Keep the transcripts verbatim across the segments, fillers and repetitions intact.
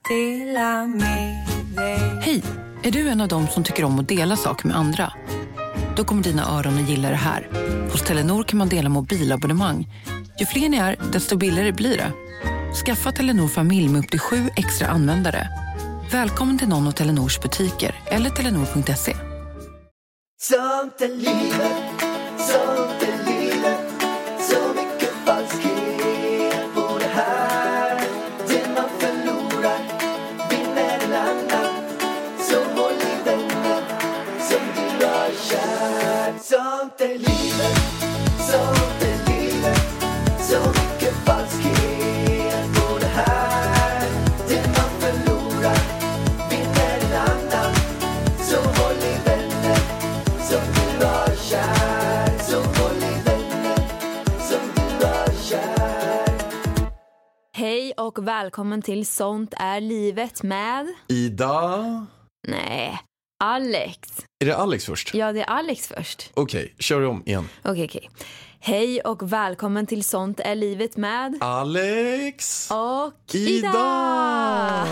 Hej, är du en av dem som tycker om att dela saker med andra? Då kommer dina öron att gilla det här. Hos Telenor kan man dela mobilabonnemang. Ju fler ni är, desto billigare blir det. Skaffa Telenor familj med upp till sju extra användare. Välkommen till någon av Telenors butiker eller telenor punkt se. Sånt är livet, sånt är livet. Så mycket falskhet på det här. Det man förlorar vinner en annan. Så håll i vänner som du har kär. Sånt är livet, sånt är livet. Så mycket falskhet på det här. Det man förlorar vinner en annan. Så håll i vänner som du har kär. Så håll i vänner som du har kär. Hej och välkommen till Sånt är livet med... Ida. Nej, Alex. Är det Alex först? Ja, det är Alex först. Okej, kör om igen. Okej, okej. Hej och välkommen till Sånt är livet med... Alex. Och Ida. Ida.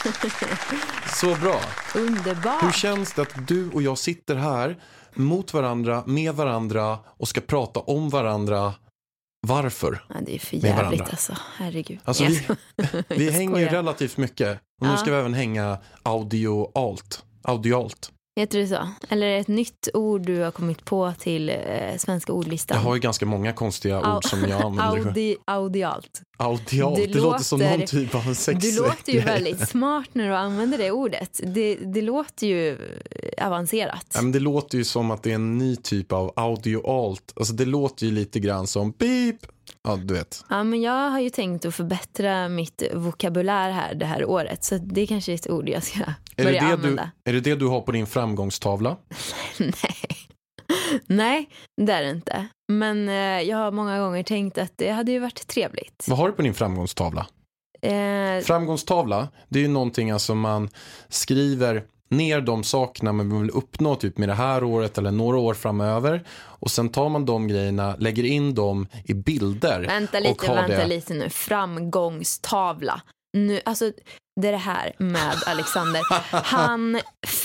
Så bra. Underbart. Hur känns det att du och jag sitter här mot varandra, med varandra och ska prata om varandra? Varför? Ja, det är för med jävligt varandra? alltså. Herregud. Alltså Jag vi, sko- vi jag hänger ju skojar. relativt mycket. Och nu Ja. ska vi även hänga audio-alt. Audialt. Heter det så? Eller är det ett nytt ord du har kommit på till eh, svenska ordlistan? Jag har ju ganska många konstiga Au- ord som jag använder. Audi, audialt. Audialt, Det det, låter som låter- någon typ av sex. Du låter ju väldigt smart när du använder det ordet. Det, det låter ju avancerat. Ja, men det låter ju som att det är en ny typ av audio-alt. Alltså det låter ju lite grann som beep. Ja, du vet. Ja, men jag har ju tänkt att förbättra mitt vokabulär här det här året. Så det är kanske är ett ord jag ska Är det, börja det du, använda. är det det du har på din framgångstavla? Nej. Nej, det är det inte. Men eh, jag har många gånger tänkt att det hade ju varit trevligt. Vad har du på din framgångstavla? Eh, Framgångstavla, det är ju någonting alltså man skriver ner de sakerna man vill uppnå typ med det här året eller några år framöver. Och sen tar man de grejerna, lägger in dem i bilder. vänta och lite, har vänta det. lite nu. Framgångstavla. Nu, alltså, det är det här med Alexander. Han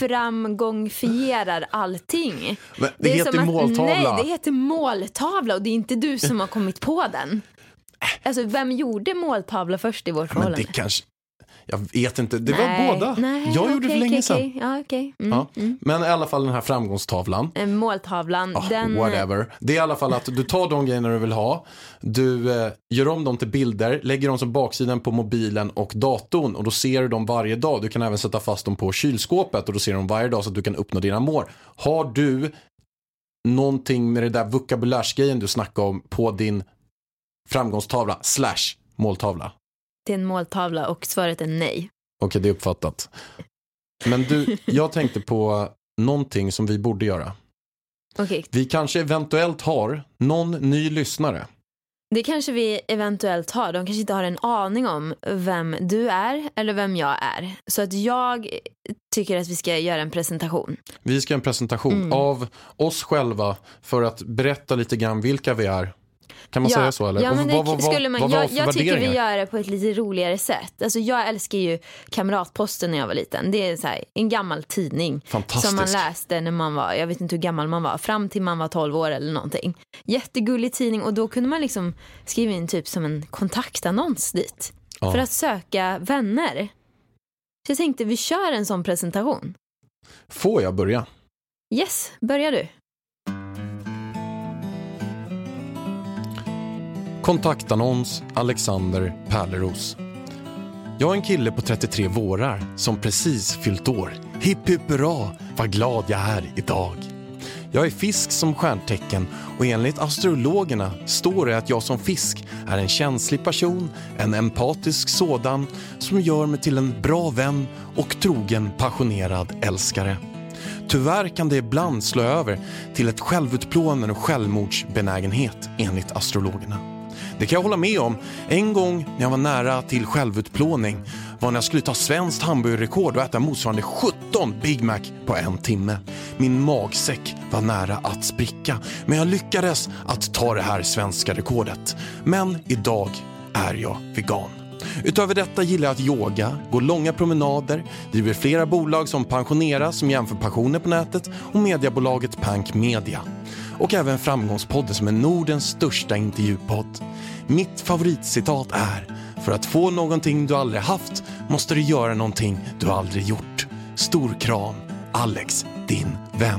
framgångfierar allting. Men det, är heter som att- måltavla. Nej, det heter måltavla och det är inte du som har kommit på den. Alltså, vem gjorde måltavla först i vårt Men förhållande? det kanske... Jag vet inte, det Nej, var båda. nej, jag gjorde okej, det för länge okej, sedan. okej. Ja, okej. Mm, Ja. mm. Men i alla fall den här framgångstavlan. Eh, Måltavlan, Oh, den... whatever. Det är i alla fall att du tar de grejerna du vill ha. Du eh, gör om dem till bilder. Lägger dem som baksidan på mobilen och datorn. Och då ser du dem varje dag. Du kan även sätta fast dem på kylskåpet. Och då ser du dem varje dag så att du kan uppnå dina mål. Har du någonting med det där vokabulärsgrejen du snackar om på din framgångstavla slash måltavla? Det är en måltavla och svaret är nej. Okej, det är uppfattat. Men du, jag tänkte på någonting som vi borde göra. Okej, Vi kanske eventuellt har någon ny lyssnare. det kanske vi eventuellt har. De kanske inte har en aning om vem du är eller vem jag är. Så att jag tycker att vi ska göra en presentation. Vi ska göra en presentation Mm. av oss själva för att berätta lite grann vilka vi är. Kan man ja, säga så eller? Ja, men det Och vad- vad- skulle man. vad var Jag, för jag tycker vi värderingar? gör det på ett lite roligare sätt. Alltså jag älskar ju Kamratposten när jag var liten. Det är så här, en gammal tidning Fantastisk. som man läste när man var, jag vet inte hur gammal man var, fram till man var tolv år eller någonting. Jättegullig tidning och då kunde man liksom skriva in typ som en kontaktannons dit. Ja. För att söka vänner. Så jag tänkte vi kör en sån presentation. Får jag börja? Yes, börjar du. Kontaktannons Alexander Pärleros. Jag är en kille på trettiotre vårar som precis fyllt år. Hipp hipp hurra, vad glad jag är idag. Jag är fisk som stjärntecken och enligt astrologerna står det att jag som fisk är en känslig person, en empatisk sådan som gör mig till en bra vän och trogen passionerad älskare. Tyvärr kan det ibland slå över till ett självutplånande och självmordsbenägenhet enligt astrologerna. Det kan jag hålla med om. En gång när jag var nära till självutplåning var när jag skulle ta svenskt hamburgerrekord och äta motsvarande sjutton Big Mac på en timme. Min magsäck var nära att spricka, men jag lyckades att ta det här svenska rekordet. Men idag är jag vegan. Utöver detta gillar jag att yoga, gå långa promenader, driver flera bolag som Pensioneras som jämför pensioner på nätet och mediebolaget Pank Media. Och även Framgångspodden som är Nordens största intervjupodd. Mitt favoritcitat är: för att få någonting du aldrig haft måste du göra någonting du aldrig gjort. Stor kram, Alex, din vän.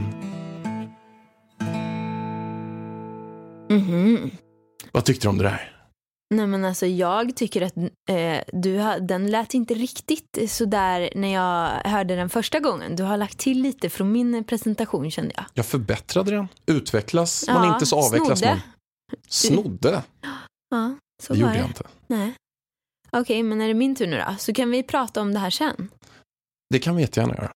Mhm. Vad tyckte du om det där? Nej men alltså jag tycker att eh, du har, den lät inte riktigt så där när jag hörde den första gången. Du har lagt till lite från min presentation, kände jag. Jag förbättrade den. Utvecklas Ja, man inte så avvecklas snodde. man. Snodde? Ja, så Det var gjorde det. jag inte. Nej. Okej, men är det min tur nu då? Så kan vi prata om det här sen. Det kan vi jättegärna göra.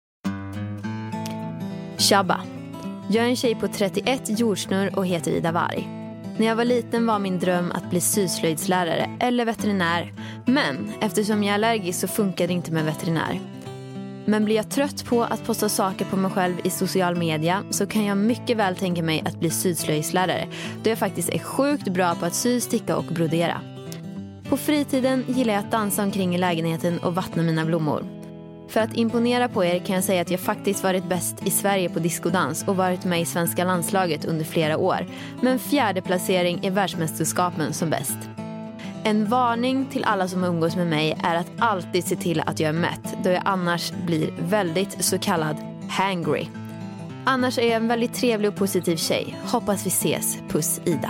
Tjabba. Jag är en tjej på trettioett, jordsnurr och heter Ida Varg. När jag var liten var min dröm att bli syslöjdslärare eller veterinär. Men eftersom jag är allergisk så funkar det inte med veterinär. Men blir jag trött på att posta saker på mig själv i social media så kan jag mycket väl tänka mig att bli syslöjdslärare. Då jag faktiskt är sjukt bra på att sy, sticka och brodera. På fritiden gillar jag att dansa omkring i lägenheten och vattna mina blommor. För att imponera på er kan jag säga att jag faktiskt varit bäst i Sverige på diskodans och varit med i svenska landslaget under flera år. Men fjärde placering i världsmästerskapen som bäst. En varning till alla som umgås med mig är att alltid se till att jag är mätt, då jag annars blir väldigt så kallad hangry. Annars är jag en väldigt trevlig och positiv tjej. Hoppas vi ses. Puss, Ida.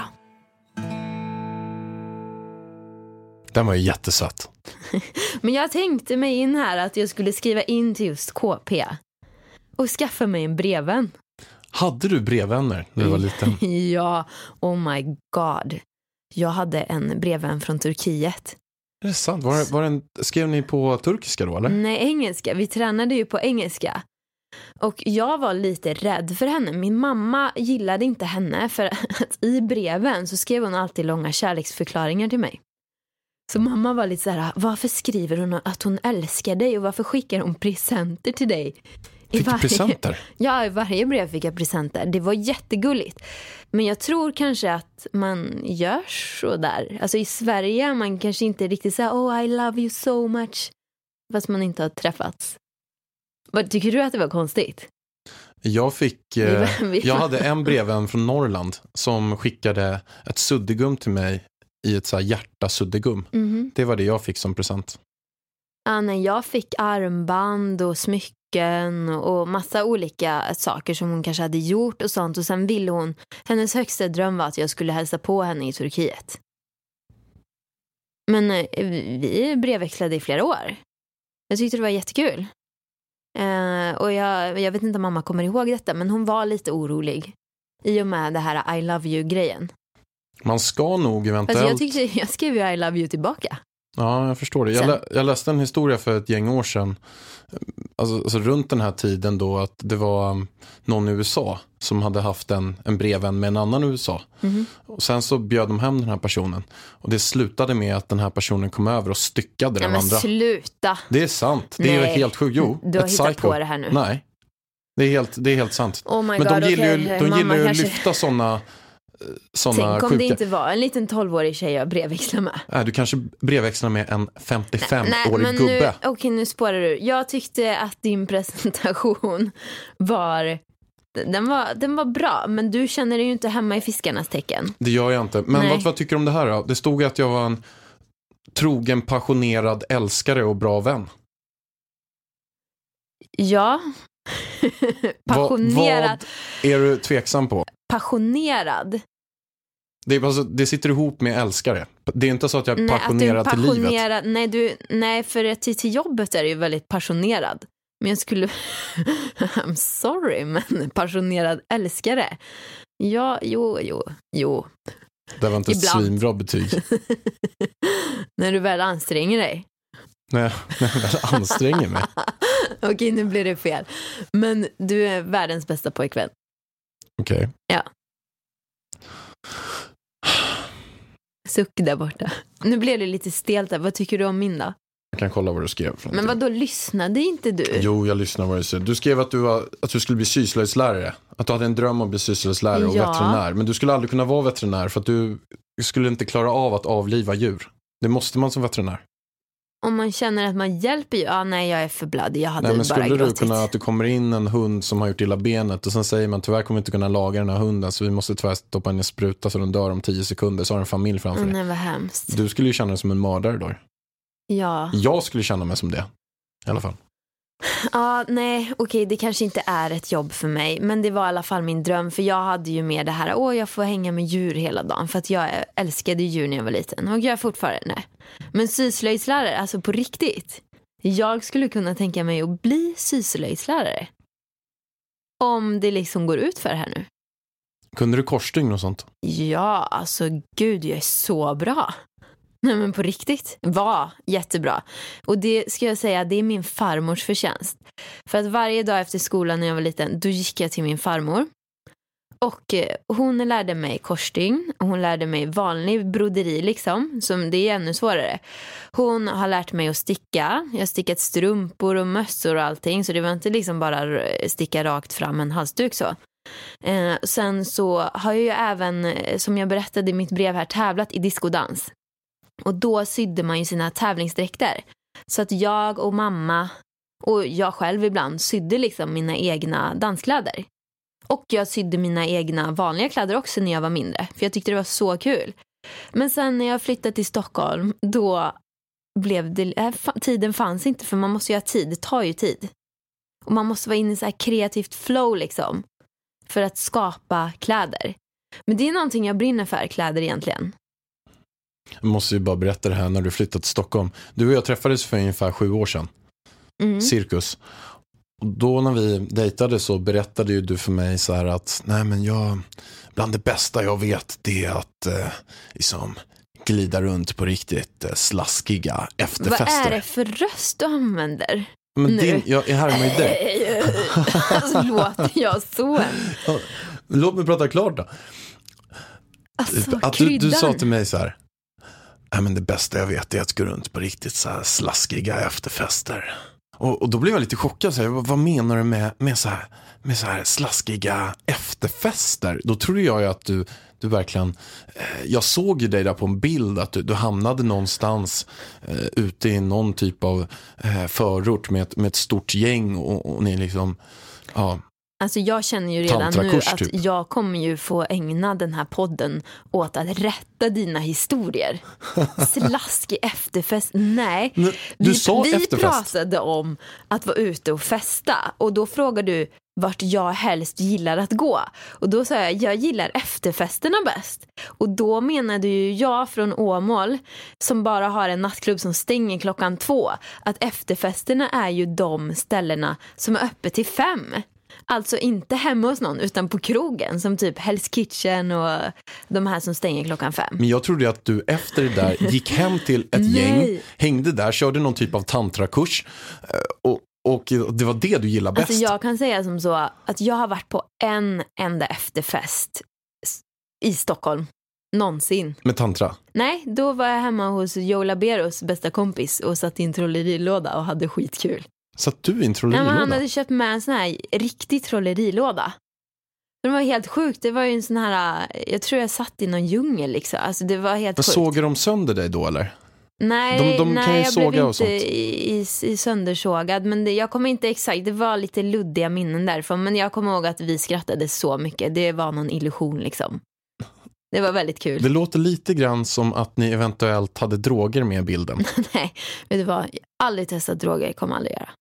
Den var ju jättesatt. Men jag tänkte mig in här att jag skulle skriva in till just K P och skaffa mig en brevvän. Hade du brevvänner när du var liten? Ja, oh my god. Jag hade en brevvän från Turkiet. Är det sant? Var, var den, skrev ni på turkiska då, eller? Nej, engelska. Vi tränade ju på engelska. Och jag var lite rädd för henne. Min mamma gillade inte henne för att i breven så skrev hon alltid långa kärleksförklaringar till mig. Så mamma var lite så här: varför skriver hon att hon älskar dig och varför skickar hon presenter till dig? I Fick du varje, presenter? Ja, i varje brev fick jag presenter. Det var jättegulligt. Men jag tror kanske att man gör så där. Alltså i Sverige man kanske inte riktigt säger oh I love you so much. Fast man inte har träffats. Vad tycker du att det var konstigt? Jag fick, eh, jag hade en brevvän från Norrland som skickade ett suddgum till mig i ett så här hjärta-suddgum. Mm-hmm. Det var det jag fick som present. Ja, nej, jag fick armband och smycken och massa olika saker som hon kanske hade gjort och sånt. Och sen ville hon, hennes högsta dröm var att jag skulle hälsa på henne i Turkiet. Men eh, vi brevväxlade i flera år. Jag tyckte det var jättekul. Eh, och jag, jag vet inte om mamma kommer ihåg detta, men hon var lite orolig i och med det här I love you-grejen. Man ska nog eventuellt... Alltså jag, tyckte, jag skrev ju I love you tillbaka. Ja, jag förstår det. Jag, lä- jag läste en historia för ett gäng år sedan. Alltså, alltså runt den här tiden då att det var um, någon i U S A som hade haft en, en brevvän med en annan i U S A. Mm-hmm. Och sen så bjöd de hem den här personen. Och det slutade med att den här personen kom över och styckade den ja, andra. Men sluta! Det är sant. Det Nej. är ju helt sjukt. Jo, du har ett hittat psycho. på det här nu. Nej, det är helt, det är helt sant. Oh my men God, de gillar okay. ju, de gillar ju kanske... att lyfta sådana... Såna Tänk om sjuka... det inte var en liten tolvårig tjej jag brevväxlar med. Äh, du kanske brevväxlar med en femtiofem-årig nej, men gubbe. Okej, okay, nu spårar du. Jag tyckte att din presentation var den, var... den var bra, men du känner dig ju inte hemma i fiskarnas tecken. Det gör jag inte. Men vad, vad tycker du om det här då? Det stod att jag var en trogen, passionerad älskare och bra vän. Ja. Passionerad. Vad, vad är du tveksam på? Passionerad. Det, är, alltså, det sitter ihop med älskare. Det är inte så att jag är nej, passionerad att du är till livet. Nej, du, nej, för att till, till jobbet är du ju väldigt passionerad. Men jag skulle... I'm sorry, men passionerad älskare. Ja, jo, jo, jo. Det var inte ett svinbra betyg. När du väl anstränger dig. Nej, när jag väl anstränger mig. Okej, nu blir det fel. Men du är världens bästa pojkvän. Okej. Okay. Ja. Suck där borta. Nu blev det lite stelt där. Vad tycker du om min då? Jag kan kolla vad du skrev. Men vad då lyssnade inte du? Jo, jag lyssnade vad du skrev. Du skrev att du, var, att du skulle bli syslöjdslärare. Att du hade en dröm om att bli syslöjdslärare och ja. veterinär. Men du skulle aldrig kunna vara veterinär för att du skulle inte klara av att avliva djur. Det måste man som veterinär. om man känner att man hjälper ju, ja nej jag är för blödig, jag hade nej, men bara skulle gråtit. du kunna, att det kommer in en hund som har gjort illa benet och sen säger man tyvärr kommer vi inte kunna laga den här hunden så vi måste tyvärr stoppa in en spruta så den dör om tio sekunder så har en familj framför Mm, dig. nej vad hemskt. Du skulle ju känna dig som en mördare då. Ja. Jag skulle känna mig som det, i alla fall. Ja, nej, okej, det kanske inte är ett jobb för mig, men det var i alla fall min dröm, för jag hade ju med det här, åh jag får hänga med djur hela dagen, för att jag älskade djur när jag var liten, och jag fortfarande. Men syslöjdslärare, alltså på riktigt, jag skulle kunna tänka mig att bli syslöjdslärare. Om det liksom går ut för det här nu. Kunde du korsstygn och sånt? Ja, alltså gud, jag är så bra. Nej men på riktigt, var jättebra. Och det ska jag säga, det är min farmors förtjänst. För att varje dag efter skolan när jag var liten, då gick jag till min farmor. Och eh, hon lärde mig korsstygn. Hon lärde mig vanlig broderi liksom, som det är ännu svårare. Hon har lärt mig att sticka. Jag har stickat strumpor och mössor och allting. Så det var inte liksom bara sticka rakt fram en halsduk så. Eh, sen så har jag ju även, som jag berättade i mitt brev här, tävlat i diskodans. Och då sydde man ju sina tävlingsdräkter. Så att jag och mamma och jag själv ibland sydde liksom mina egna danskläder. Och jag sydde mina egna vanliga kläder också när jag var mindre. För jag tyckte det var så kul. Men sen när jag flyttade till Stockholm, då blev det, äh, tiden fanns inte, för man måste ju ha tid, det tar ju tid. Och man måste vara inne i så här kreativt flow liksom. För att skapa kläder. Men det är någonting jag brinner för, kläder egentligen. Jag måste ju bara berätta det här när du flyttade till Stockholm. Du och jag träffades för ungefär sju år sedan. Mm. Cirkus. Och då när vi dejtade så berättade ju du för mig så här att nej men jag, bland det bästa jag vet det är att eh, liksom glida runt på riktigt eh, slaskiga efterfester. Vad är det för röst du använder? Men din, jag är här med dig. Alltså låter jag så. Ja, låt mig prata klart då. Alltså, att du, du sa till mig så här: nej men det bästa jag vet är att gå runt på riktigt så här slaskiga efterfester. Och, och då blev jag lite chockad. Så här, vad, vad menar du med, med, så här, med så här slaskiga efterfester? Då trodde jag ju att du, du verkligen... Eh, jag såg ju dig där på en bild att du, du hamnade någonstans eh, ute i någon typ av eh, förort med ett, med ett stort gäng och, och ni liksom... Ja, alltså jag känner ju redan nu att typ. jag kommer ju få ägna den här podden åt att rätta dina historier. Slaskig efterfest. Nej, Men, du vi, sa vi efterfest. pratade om att vara ute och festa. Och då frågade du vart jag helst gillar att gå. Och då sa jag, jag gillar efterfesterna bäst. Och då menade ju jag från Åmål, som bara har en nattklubb som stänger klockan två, att efterfesterna är ju de ställena som är öppet till fem. Alltså inte hemma hos någon utan på krogen, som typ Hell's Kitchen och de här som stänger klockan fem. Men jag trodde att du efter det där gick hem till ett Nej. gäng, hängde där, körde någon typ av tantrakurs och, och det var det du gillade bäst. Alltså jag kan säga som så att jag har varit på en enda efterfest i Stockholm någonsin. Med tantra? Nej, då var jag hemma hos Joe Laberos bästa kompis och satt i en trollerilåda och hade skitkul. Satt du i en trollerilåda? Nej, men han hade köpt med en sån här riktig trollerilåda. Det var helt sjukt. Det var ju en sån här, jag tror jag satt i någon djungel liksom. Alltså det var helt men sjukt. sågar de sönder dig då eller? Nej, de, de nej kan ju jag såga blev och inte sånt. i, i, i söndersågad. Men det, jag kommer inte exakt, det var lite luddiga minnen därifrån. Men jag kommer ihåg att vi skrattade så mycket. Det var någon illusion liksom. Det var väldigt kul. Det låter lite grann som att ni eventuellt hade droger med i bilden. Nej, vet du vad? Aldrig testat droger, kommer aldrig göra.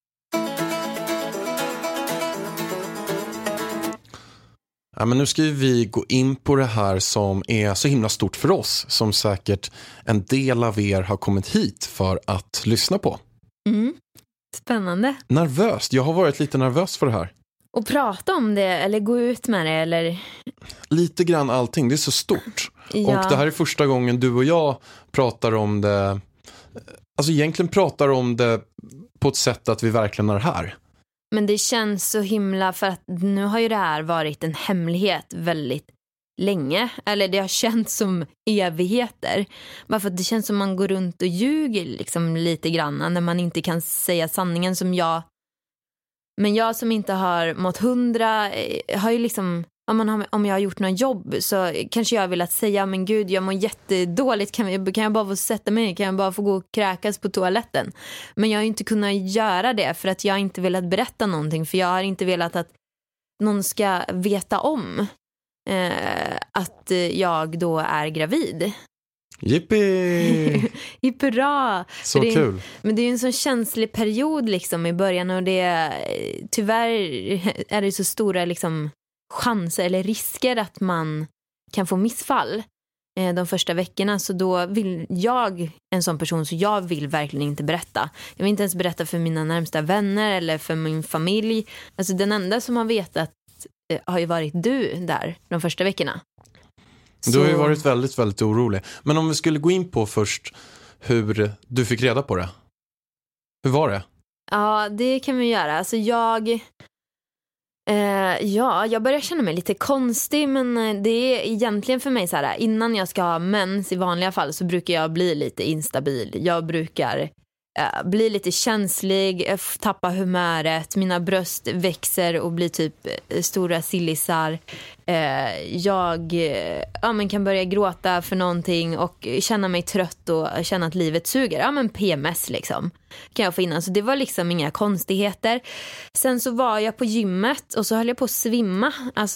Ja, men nu ska vi gå in på det här som är så himla stort för oss, som säkert en del av er har kommit hit för att lyssna på. Mm. Spännande. Nervöst, jag har varit lite nervös för det här. Och prata om det, eller gå ut med det, eller... Lite grann allting, det är så stort. Ja. Och det här är första gången du och jag pratar om det. Alltså egentligen pratar om det på ett sätt att vi verkligen är här. Men det känns så himla, för att nu har ju det här varit en hemlighet väldigt länge. Eller det har känts som evigheter. Bara för att det känns som man går runt och ljuger liksom lite grann när man inte kan säga sanningen som jag. Men jag som inte har mått hundra har ju liksom om, man har, om jag har gjort något jobb så kanske jag vill att säga, men gud, jag mår jättedåligt, kan jag, kan jag bara få sätta mig, kan jag bara få gå och kräkas på toaletten? Men jag har inte kunnat göra det för att jag inte velat berätta någonting, för jag har inte velat att någon ska veta om eh, att jag då är gravid. Jippi! Hurra! Så det är, kul. Men det är ju en sån känslig period liksom i början, och det tyvärr är det så stora liksom chanser eller risker att man kan få missfall eh, de första veckorna, så då vill jag, en sån person, så jag vill verkligen inte berätta. Jag vill inte ens berätta för mina närmsta vänner eller för min familj. Alltså den enda som har vetat eh, har ju varit du där de första veckorna. Du har ju varit väldigt, väldigt orolig. Men om vi skulle gå in på först hur du fick reda på det. Hur var det? Ja, det kan vi göra. Alltså jag... Eh, ja, jag börjar känna mig lite konstig, men det är egentligen för mig så här, innan jag ska ha mens i vanliga fall så brukar jag bli lite instabil. Jag brukar eh, bli lite känslig, tappa humöret, mina bröst växer och blir typ stora sillisar. Eh, jag eh, ja, men kan börja gråta för någonting och känna mig trött och känna att livet suger. Ja, men P M S liksom kan jag få innan. Så det var liksom inga konstigheter. Sen så var jag på gymmet och så höll jag på att svimma. Alltså,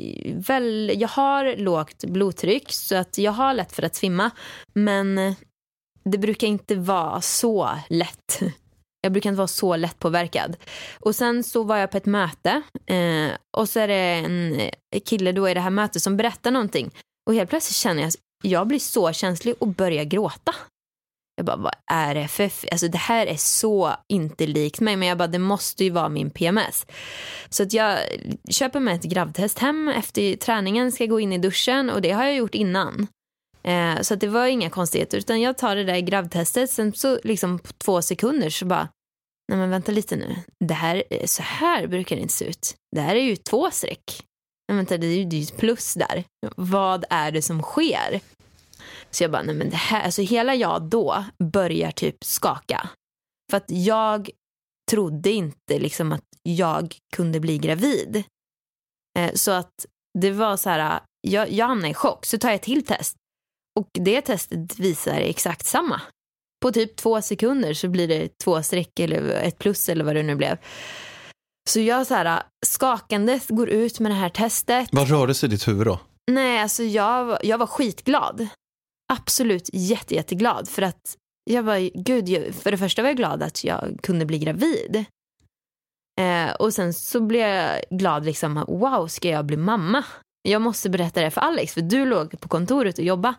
väl, jag har lågt blodtryck så att jag har lätt för att svimma. Men det brukar inte vara så lätt. Jag brukar inte vara så lätt påverkad. Och sen så var jag på ett möte. Eh, och så är det en kille då i det här mötet som berättar någonting. Och helt plötsligt känner jag att jag blir så känslig och börjar gråta. Jag bara, vad är det för... Alltså det här är så inte likt mig. Men jag bara, det måste ju vara min P M S. Så att jag köper med ett gravtest hem. Efter träningen ska jag gå in i duschen. Och det har jag gjort innan. Eh, så att det var inga konstigheter. Utan jag tar det där gravtestet. Sen så liksom på två sekunder så bara... Nej men vänta lite nu. Det här, så här brukar det inte se ut. Det här är ju två streck. Men vänta, det är ju, det är ju ett plus där. Vad är det som sker? Så jag bara, nej men det här, alltså hela jag då börjar typ skaka. För att jag trodde inte liksom att jag kunde bli gravid. Eh, så att det var så här, jag, jag hamnade i chock. Så tar jag ett till test. Och det testet visar exakt samma. På typ två sekunder så blir det två streck eller ett plus eller vad det nu blev. Så jag så här skakandes går ut med det här testet. Vad rörde sig i ditt huvud då? Nej, alltså jag, jag var skitglad. Absolut jätte, jätteglad. För att jag var, gud, jag, för det första var jag glad att jag kunde bli gravid. Eh, och sen så blev jag glad liksom, wow, ska jag bli mamma? Jag måste berätta det för Alex, för du låg på kontoret och jobba.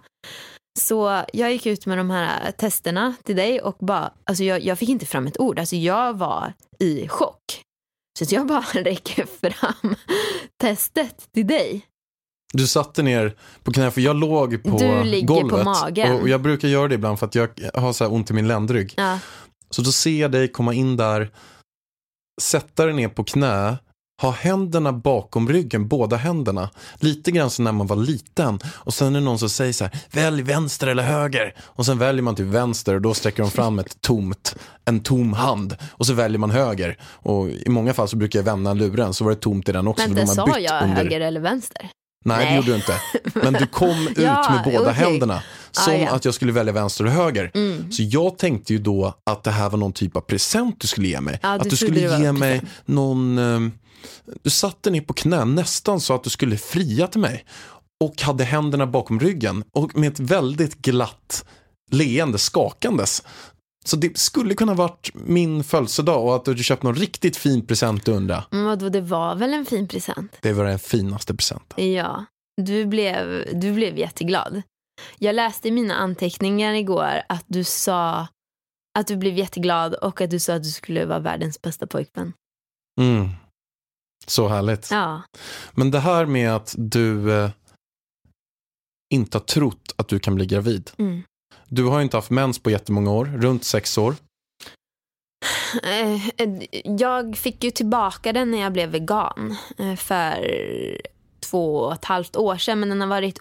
Så jag gick ut med de här testerna till dig och bara, alltså jag, jag fick inte fram ett ord. Alltså jag var i chock. Så jag bara räcker fram testet till dig. Du satte ner på knä, för jag låg på du ligger golvet. På magen. Och jag brukar göra det ibland för att jag har så här ont i min ländrygg. Ja. Så då ser jag dig komma in där, sätta dig ner på knä, ha händerna bakom ryggen, båda händerna. Lite grann som när man var liten. Och sen är det någon som säger så här, välj vänster eller höger. Och sen väljer man till vänster och då sträcker de fram ett tomt, en tom hand. Och så väljer man höger. Och i många fall så brukar jag vända luren, så var det tomt i den också. Men inte så sa jag under... höger eller vänster? Nej, Nej, det gjorde du inte. Men du kom ut ja, med båda okay. händerna. Som ah, ja. att jag skulle välja vänster och höger. Mm. Så jag tänkte ju då att det här var någon typ av present du skulle ge mig. Ja, att du skulle ge mig någon... Um, du satte ner på knä nästan så att du skulle fria till mig. Och hade händerna bakom ryggen. Och med ett väldigt glatt leende skakandes. Så det skulle kunna varit min födelsedag och att du köpt någon riktigt fin present undra. Men vadå, det var väl en fin present? Det var den finaste presenten. Ja, du blev, du blev jätteglad. Jag läste i mina anteckningar igår att du sa att du blev jätteglad och att du sa att du skulle vara världens bästa pojkvän. Mm. Så härligt. Ja. Men det här med att du eh, inte har trott att du kan bli gravid. Mm. Du har ju inte haft mens på jättemånga år, runt sex år. Jag fick ju tillbaka den när jag blev vegan för två och ett halvt år sedan, men den har varit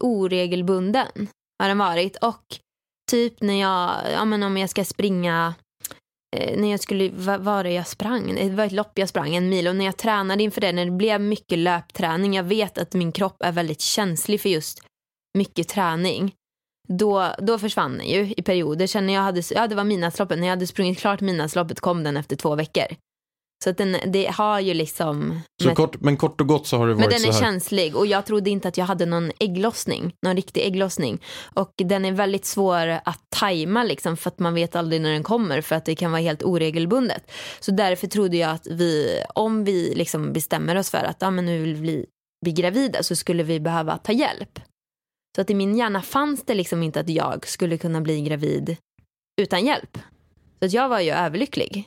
oregelbunden. Har den varit. Och typ när jag, ja men om jag ska springa eh, när jag skulle, vad var det jag sprang? Det var ett lopp jag sprang, en mil. Och när jag tränade inför det, när det blev mycket löpträning, jag vet att min kropp är väldigt känslig för just mycket träning. Då, då försvann den ju i perioder. Sen när jag hade, ja, det var midnattsloppet. När jag hade sprungit klart midnattsloppet kom den efter två veckor. Så att den, det har ju liksom... Så kort, men kort och gott så har det varit så här. Men den är känslig och jag trodde inte att jag hade någon ägglossning. Någon riktig ägglossning. Och den är väldigt svår att tajma liksom, för att man vet aldrig när den kommer. För att det kan vara helt oregelbundet. Så därför trodde jag att vi, om vi liksom bestämmer oss för att ja, men nu vill vi bli gravida, så skulle vi behöva ta hjälp. Så att i min hjärna fanns det liksom inte att jag skulle kunna bli gravid utan hjälp. Så att jag var ju överlycklig.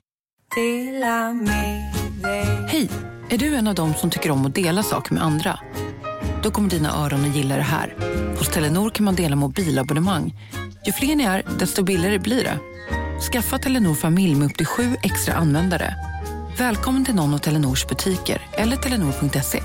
Hej, är du en av dem som tycker om att dela saker med andra? Då kommer dina öron att gilla det här. Hos Telenor kan man dela mobilabonnemang. Ju fler ni är, desto billigare blir det. Skaffa Telenor familj med upp till sju extra användare. Välkommen till någon av Telenors butiker eller telenor punkt se.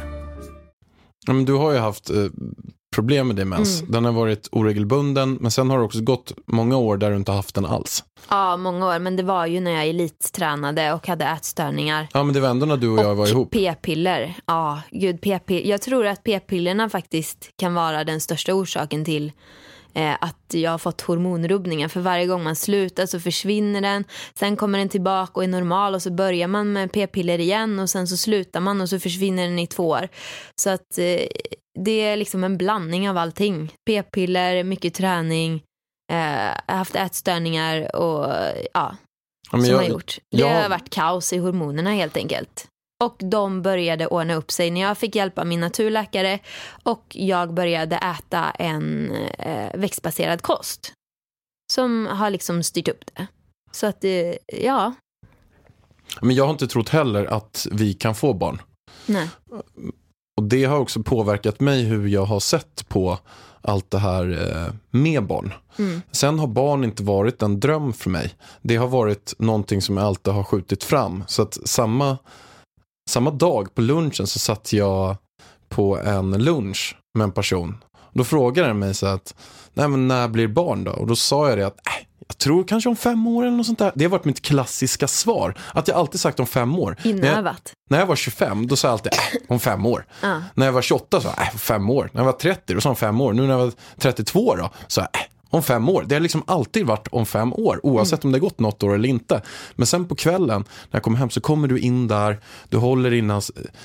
Ja, men du har ju haft eh, problem med demens. Mm. Den har varit oregelbunden, men sen har det också gått många år där du inte haft den alls. Ja, många år, men det var ju när jag elittränade och hade ätstörningar. Ja, men det var ändå när du och, och jag var ihop. p-piller, ja, gud, p-piller. Jag tror att p-pillerna faktiskt kan vara den största orsaken till eh, att jag har fått hormonrubbningar. För varje gång man slutar så försvinner den. Sen kommer den tillbaka och är normal och så börjar man med p-piller igen och sen så slutar man och så försvinner den i två år. Så att eh, det är liksom en blandning av allting. P-piller, mycket träning. Jag har uh, haft ätstörningar och ja, ja som jag, har gjort. Det jag... har varit kaos i hormonerna helt enkelt. Och de började ordna upp sig när jag fick hjälp av min naturläkare och jag började äta en uh, växtbaserad kost som har liksom styrt upp det. Så att, uh, ja. Men jag har inte trott heller att vi kan få barn. Nej. Och det har också påverkat mig hur jag har sett på allt det här eh, med barn. Mm. Sen har barn inte varit en dröm för mig. Det har varit någonting som jag alltid har skjutit fram. Så att samma, samma dag på lunchen så satt jag på en lunch med en person. Då frågade den mig så att, nej men när blir barn då? Och då sa jag det att, äh, jag tror kanske om fem år eller något sånt där. Det har varit mitt klassiska svar. Att jag alltid sagt om fem år. Inövat. När jag, när jag var tjugofem, då sa jag alltid äh, om fem år. Uh. När jag var tjugoåtta så äh, fem år. När jag var trettio, då sa jag om fem år. Nu när jag var trettiotvå då, så äh, om fem år. Det har liksom alltid varit om fem år. Oavsett mm. om det har gått något år eller inte. Men sen på kvällen, när jag kommer hem så kommer du in där. Du håller innan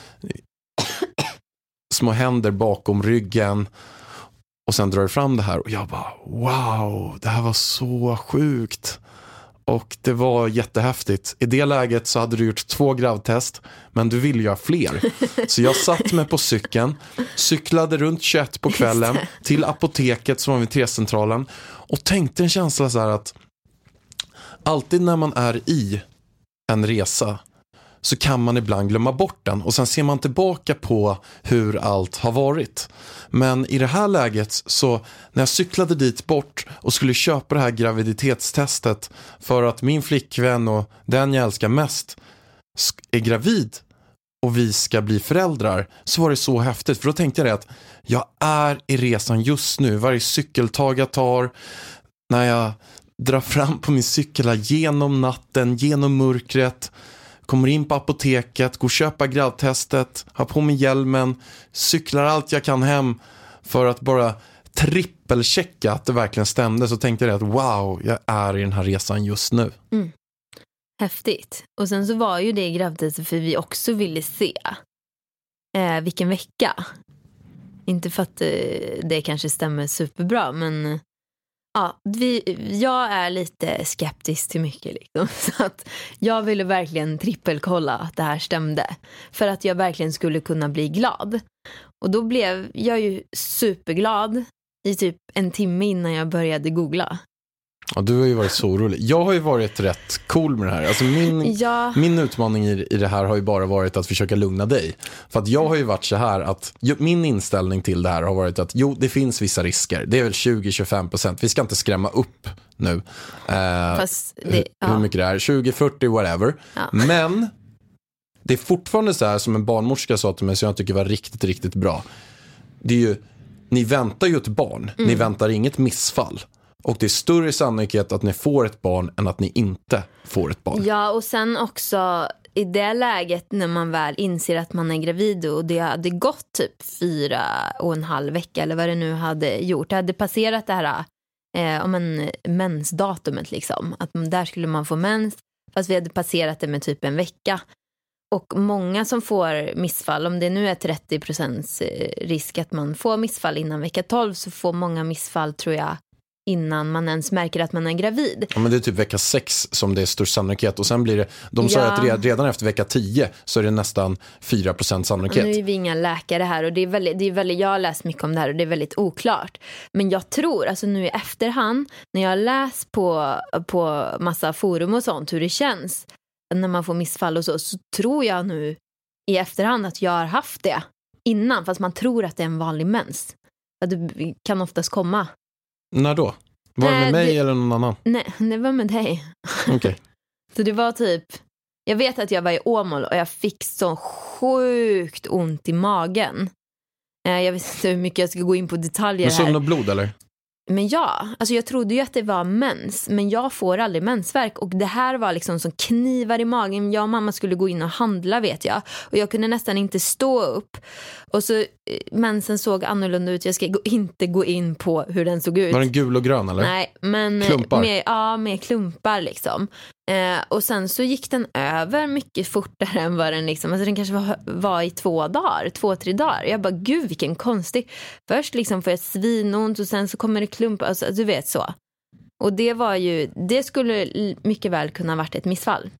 små händer bakom ryggen. Och sen drar du fram det här och jag bara, wow, det här var så sjukt. Och det var jättehäftigt. I det läget så hade du gjort två gravtest, men du ville göra fler. Så jag satt mig på cykeln, cyklade runt tjugoett på kvällen till apoteket som var vid T-centralen och tänkte en känsla så här att alltid när man är i en resa så kan man ibland glömma bort den och sen ser man tillbaka på hur allt har varit. Men i det här läget så när jag cyklade dit bort och skulle köpa det här graviditetstestet för att min flickvän och den jag älskar mest är gravid och vi ska bli föräldrar, så var det så häftigt. För då tänkte jag det att jag är i resan just nu. Varje cykeltag jag tar, när jag drar fram på min cykel genom natten, genom mörkret, kommer in på apoteket, går och köpa gravtestet, har på mig hjälmen, cyklar allt jag kan hem för att bara trippelchecka att det verkligen stämde. Så tänkte jag att wow, jag är i den här resan just nu. Mm. Häftigt. Och sen så var ju det gravtestet för vi också ville se eh, vilken vecka. Inte för att eh, det kanske stämmer superbra, men ja, vi, jag är lite skeptisk till mycket liksom. Så att jag ville verkligen trippelkolla att det här stämde. För att jag verkligen skulle kunna bli glad. Och då blev jag ju superglad i typ en timme innan jag började googla. Ja, du har ju varit så orolig. Jag har ju varit rätt cool med det här. Alltså min, ja. min utmaning i, i det här har ju bara varit att försöka lugna dig. För att jag har ju varit så här att min inställning till det här har varit att jo, det finns vissa risker. Det är väl tjugo till tjugofem procent. Vi ska inte skrämma upp nu. Eh, Fast det, ja. Hur mycket det är. tjugo, fyrtio, whatever. Ja. Men det är fortfarande så här som en barnmorska sa till mig som jag tycker var riktigt, riktigt bra. Det är ju, ni väntar ju ett barn. Mm. Ni väntar inget missfall. Och det är större sannolikhet att ni får ett barn än att ni inte får ett barn. Ja, och sen också i det läget när man väl inser att man är gravid och det hade gått typ fyra och en halv vecka eller vad det nu hade gjort. Det hade passerat det här eh, om en mensdatumet liksom. Att där skulle man få mens, fast vi hade passerat det med typ en vecka. Och många som får missfall, om det nu är trettio procent risk att man får missfall innan vecka tolv, så får många missfall tror jag innan man ens märker att man är gravid. Ja, men det är typ vecka sex som det är störst sannolikhet. Och sen blir det, de sa ja. att redan efter vecka tio så är det nästan fyra procent sannolikhet. Nu är vi inga läkare här och det är väldigt, det är väldigt, jag har läst mycket om det här och det är väldigt oklart. Men jag tror, alltså nu i efterhand, när jag läst på, på massa forum och sånt hur det känns när man får missfall och så, så tror jag nu i efterhand att jag har haft det innan, fast man tror att det är en vanlig mens. Att det kan oftast komma. När då? Var det med mig det, eller någon annan? Nej, det var med dig. Okej. Okay. Så det var typ, jag vet att jag var i Åmål och jag fick så sjukt ont i magen. Jag vet inte hur mycket jag ska gå in på detaljer här. Men här. och blod eller? Men ja, alltså jag trodde ju att det var mens, men jag får aldrig mensvärk och det här var liksom som knivar i magen. Jag och mamma skulle gå in och handla, vet jag, och jag kunde nästan inte stå upp. Och så mensen såg annorlunda ut. Jag ska gå, inte gå in på hur den såg ut. Var den gul och grön eller? Nej, men klumpar. Med, ja, med klumpar liksom. Eh, och sen så gick den över mycket fortare än vad den liksom, alltså den kanske var, var i två dagar, två, tre dagar. Jag bara, gud vilken konstig. Först liksom får jag svinont och sen så kommer det klumpar, alltså, du vet så. Och det var ju, det skulle mycket väl kunna ha varit ett missfall.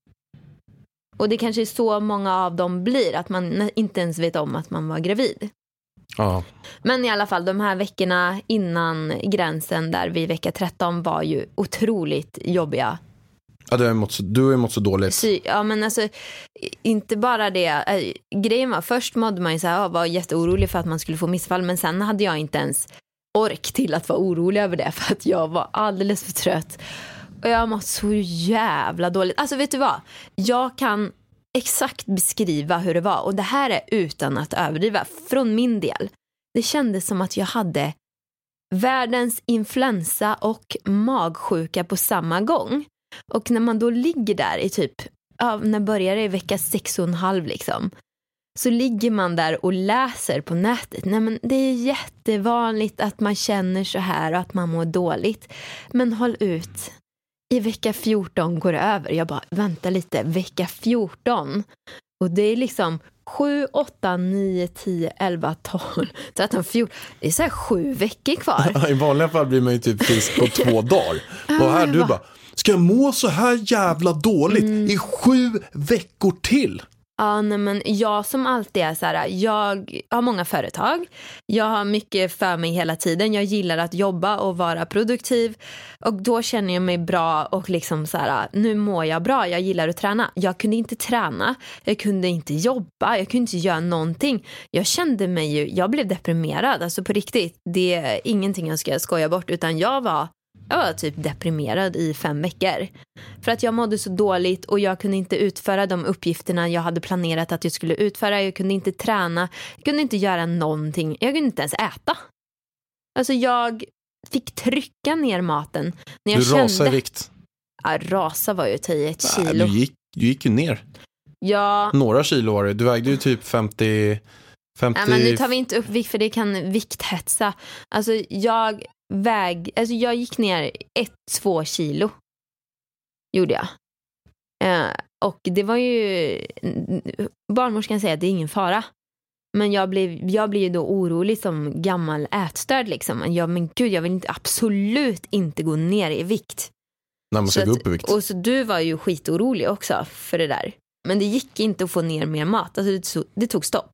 Och det kanske är så många av dem blir, att man inte ens vet om att man var gravid. Ja. Men i alla fall, de här veckorna innan gränsen där vid vecka tretton var ju otroligt jobbiga. Ja, du har mått så, du har mått så dåligt. Så, ja, men alltså, inte bara det. Äh, grejen var, först mådde man ju så här, var jätteorolig för att man skulle få missfall. Men sen hade jag inte ens ork till att vara orolig över det, för att jag var alldeles för trött. Och jag har mått så jävla dåligt. Alltså vet du vad? Jag kan exakt beskriva hur det var. Och det här är utan att överdriva. Från min del. Det kändes som att jag hade världens influensa och magsjuka på samma gång. Och när man då ligger där i typ, ja, när börjar det i vecka sex och en halv liksom. Så ligger man där och läser på nätet. Nej, men det är jättevanligt att man känner så här och att man mår dåligt. Men håll ut. I vecka fjorton går det över. Jag bara, vänta lite. Vecka fjorton. Och det är liksom sju, åtta, nio, tio, elva, tolv, tretton, fjorton. Det är så här sju veckor kvar. I vanliga fall blir man ju typ frisk på två dagar. Och här du bara, ska jag må så här jävla dåligt mm. i sju veckor till? Ja, nej, men jag som alltid är så här, jag har många företag. Jag har mycket för mig hela tiden. Jag gillar att jobba och vara produktiv. Och då känner jag mig bra och liksom så här, nu mår jag bra. Jag gillar att träna. Jag kunde inte träna. Jag kunde inte jobba. Jag kunde inte göra någonting. Jag kände mig ju, jag blev deprimerad. Alltså på riktigt, det är ingenting jag ska skoja bort, utan jag var Jag var typ deprimerad i fem veckor. För att jag mådde så dåligt och jag kunde inte utföra de uppgifterna jag hade planerat att jag skulle utföra. Jag kunde inte träna. Jag kunde inte göra någonting. Jag kunde inte ens äta. Alltså jag fick trycka ner maten. När jag du kände... rasade i vikt. Ja, rasa var ju tio ett kilo. Ja, du, gick, du gick ju ner. Ja. Några kilo var det. Du vägde ju typ femtio... femtio... Ja, men nu tar vi inte upp vikt för det kan vikthetsa. Alltså jag... Väg, alltså jag gick ner ett, två kilo. Gjorde jag. Eh, och det var ju, barnmorskan säger att det är ingen fara. Men jag blev, jag blev ju då orolig som gammal ätstörd liksom. Jag, men gud, jag vill inte, absolut inte gå ner i vikt. Nej, man ska så gå att, upp i vikt. Och så du var ju skitorolig också för det där. Men det gick inte att få ner mer mat. Alltså det, tog, det tog stopp.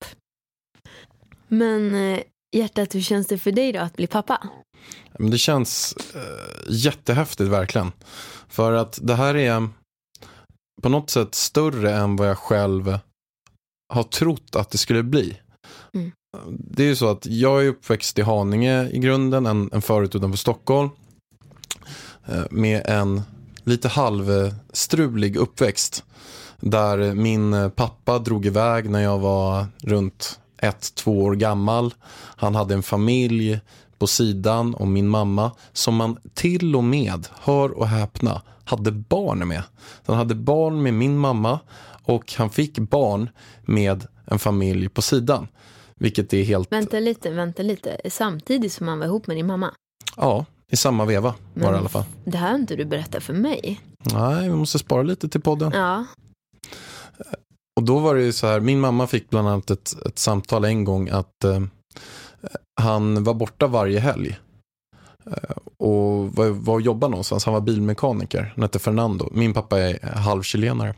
Men eh, hjärtat, hur känns det för dig då att bli pappa? Men det känns äh, jättehäftigt verkligen. För att det här är på något sätt större än vad jag själv har trott att det skulle bli. Mm. Det är ju så att jag är uppväxt i Haninge i grunden, en, en förut utanför Stockholm. Äh, med en lite halvstrulig uppväxt. Där min pappa drog iväg när jag var runt ett, två år gammal. Han hade en familj på sidan om min mamma som man till och med, hör och häpna, hade barn med. Han hade barn med min mamma och han fick barn med en familj på sidan. Vilket är helt... Vänta lite, vänta lite. Samtidigt som han var ihop med din mamma? Ja, i samma veva var det i alla fall. Det här har inte du berättat för mig. Nej, vi måste spara lite till podden. Ja. Och då var det ju så här, min mamma fick bland annat ett, ett samtal en gång att eh, han var borta varje helg. Eh, och var, var och jobbade någonstans. Han var bilmekaniker. Han hette Fernando. Min pappa är halvchilenare.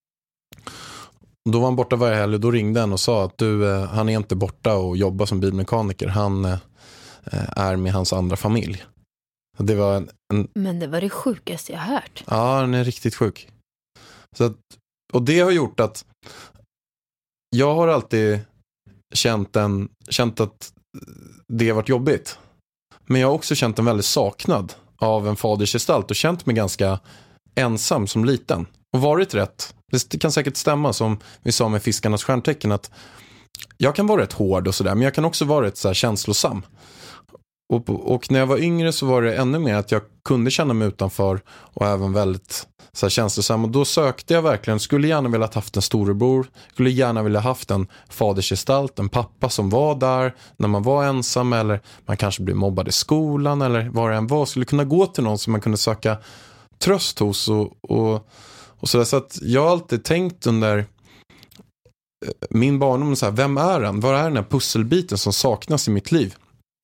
Då var han borta varje helg och då ringde han och sa att du, eh, han är inte borta och jobbar som bilmekaniker. Han eh, är med hans andra familj. Det var en, en... Men det var det sjukaste jag hört. Ja, han är riktigt sjuk. Så att, och det har gjort att jag har alltid känt, en, känt att det har varit jobbigt. Men jag har också känt en väldigt saknad av en fadersgestalt och känt mig ganska ensam som liten. Och varit rätt. Det kan säkert stämma som vi sa med Fiskarnas stjärntecken att jag kan vara rätt hård och sådär, men jag kan också vara rätt så här känslosam. Och, och när jag var yngre så var det ännu mer att jag kunde känna mig utanför och även väldigt så här känslosam. Och då sökte jag verkligen, skulle gärna vilja haft en storebror, skulle gärna vilja haft en fadersgestalt, en pappa som var där när man var ensam eller man kanske blev mobbad i skolan eller vad det än var. Skulle kunna gå till någon som man kunde söka tröst hos och, och, och sådär. Så att jag har alltid tänkt under min barndom så här, vem är den? Vad är den här pusselbiten som saknas i mitt liv?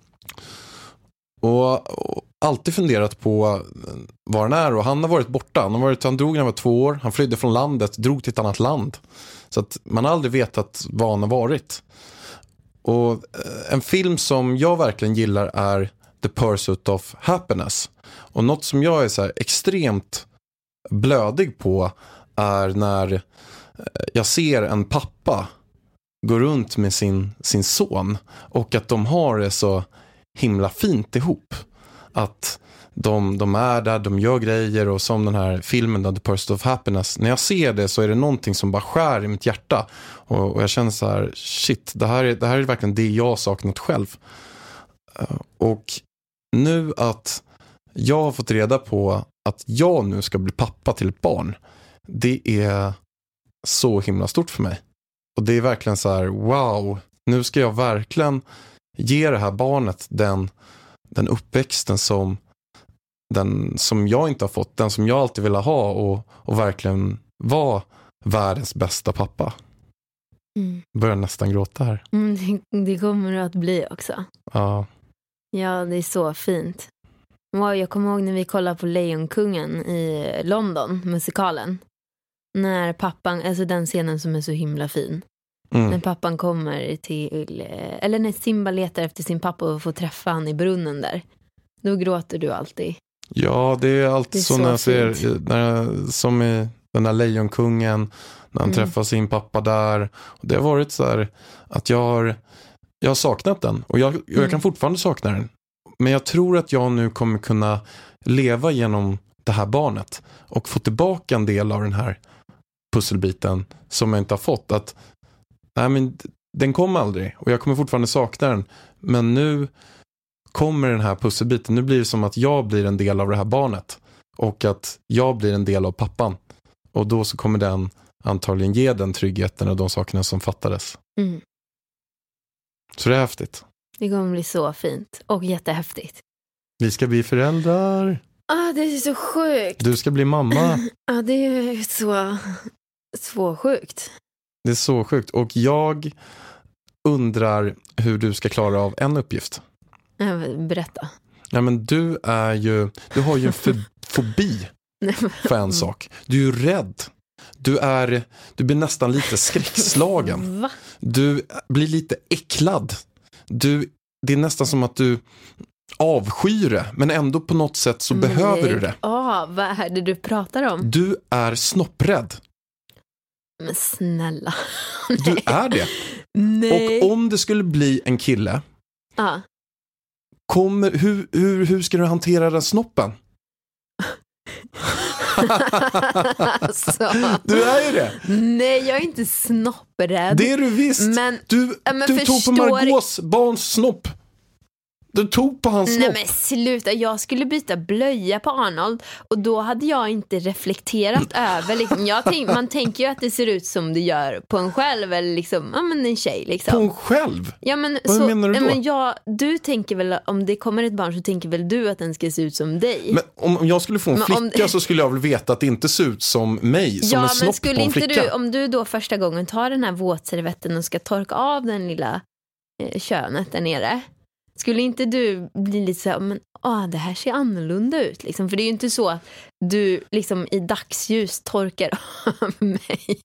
Och, och alltid funderat på vad han är. Och han har varit borta. Han, har varit, han drog när han var två år. Han flydde från landet, drog till ett annat land. Så att man har aldrig vetat vad han har varit. Och en film som jag verkligen gillar är The Pursuit of Happiness. Och något som jag är så här extremt blödig på är när jag ser en pappa gå runt med sin, sin son. Och att de har det så himla fint ihop. Att de, de är där, de gör grejer och som den här filmen The Pursuit of Happiness. När jag ser det så är det någonting som bara skär i mitt hjärta. Och, och jag känner så här, shit, det här, är, det här är verkligen det jag har saknat själv. Och nu att jag har fått reda på att jag nu ska bli pappa till ett barn. Det är så himla stort för mig. Och det är verkligen så här, wow, nu ska jag verkligen ge det här barnet den, den uppväxten som, den, som jag inte har fått. Den som jag alltid ville ha och, och verkligen vara världens bästa pappa. Mm. Börjar nästan gråta här. Mm, det, det kommer det att bli också. Ja. Ja, det är så fint. Wow, jag kommer ihåg när vi kollade på Lejonkungen i London, musikalen. När pappan, alltså den scenen som är så himla fin. Mm. När pappan kommer till, eller när Simba letar efter sin pappa och får träffa han i brunnen där. Då gråter du alltid. Ja, det är alltid det är så, så när jag ser, när, som i den där Lejonkungen, när han mm. träffar sin pappa där. Och det har varit så här att jag har, jag har saknat den. Och jag, jag mm. kan fortfarande sakna den. Men jag tror att jag nu kommer kunna leva genom det här barnet. Och få tillbaka en del av den här pusselbiten som jag inte har fått. Att nej, men den kom aldrig och jag kommer fortfarande sakna den. Men nu kommer den här pusselbiten. Nu blir det som att jag blir en del av det här barnet. Och att jag blir en del av pappan. Och då så kommer den antagligen ge den tryggheten och de sakerna som fattades. Mm. Så det är häftigt. Det kommer bli så fint och jättehäftigt. Vi ska bli föräldrar. Ah, det är så sjukt. Du ska bli mamma. Ja, ah, det är så, så sjukt. Det är så sjukt. Och jag undrar hur du ska klara av en uppgift. Berätta. Ja, men du är ju, du har ju en fobi för en sak. Du är ju rädd. Du är, du blir nästan lite skräckslagen. Va? Du blir lite äcklad. Du, det är nästan som att du avskyr det, men ändå på något sätt så Nej. behöver du det. Ja, oh, vad är det du pratar om? Du är snopprädd. Men snälla. Du är det. Nej. Och om det skulle bli en kille, ah. kommer, hur, hur, hur ska du hantera den snoppen? Alltså. Du är ju det. Nej, jag är inte snopprädd. Det är du visst. Men, du men du tog på Margaux barns snopp. Du tog på hans Nej snopp. men sluta, jag skulle byta blöja på Arnold och då hade jag inte reflekterat över liksom, jag tänk, man tänker ju att det ser ut som det gör på en själv eller liksom, ja men en tjej liksom. På en själv? Ja, men, Vad så, menar du då? Men jag, du tänker väl, om det kommer ett barn så tänker väl du att den ska se ut som dig? Men om, om jag skulle få en Men flicka om- så skulle jag väl veta att det inte ser ut som mig, som ja, en men snopp skulle på en inte flicka. du, om du då första gången tar den här våtservetten och ska torka av den lilla eh, könet där nere, skulle inte du bli lite så här, men åh, det här ser annorlunda ut liksom? För det är ju inte så att du liksom i dagsljus torkar av mig.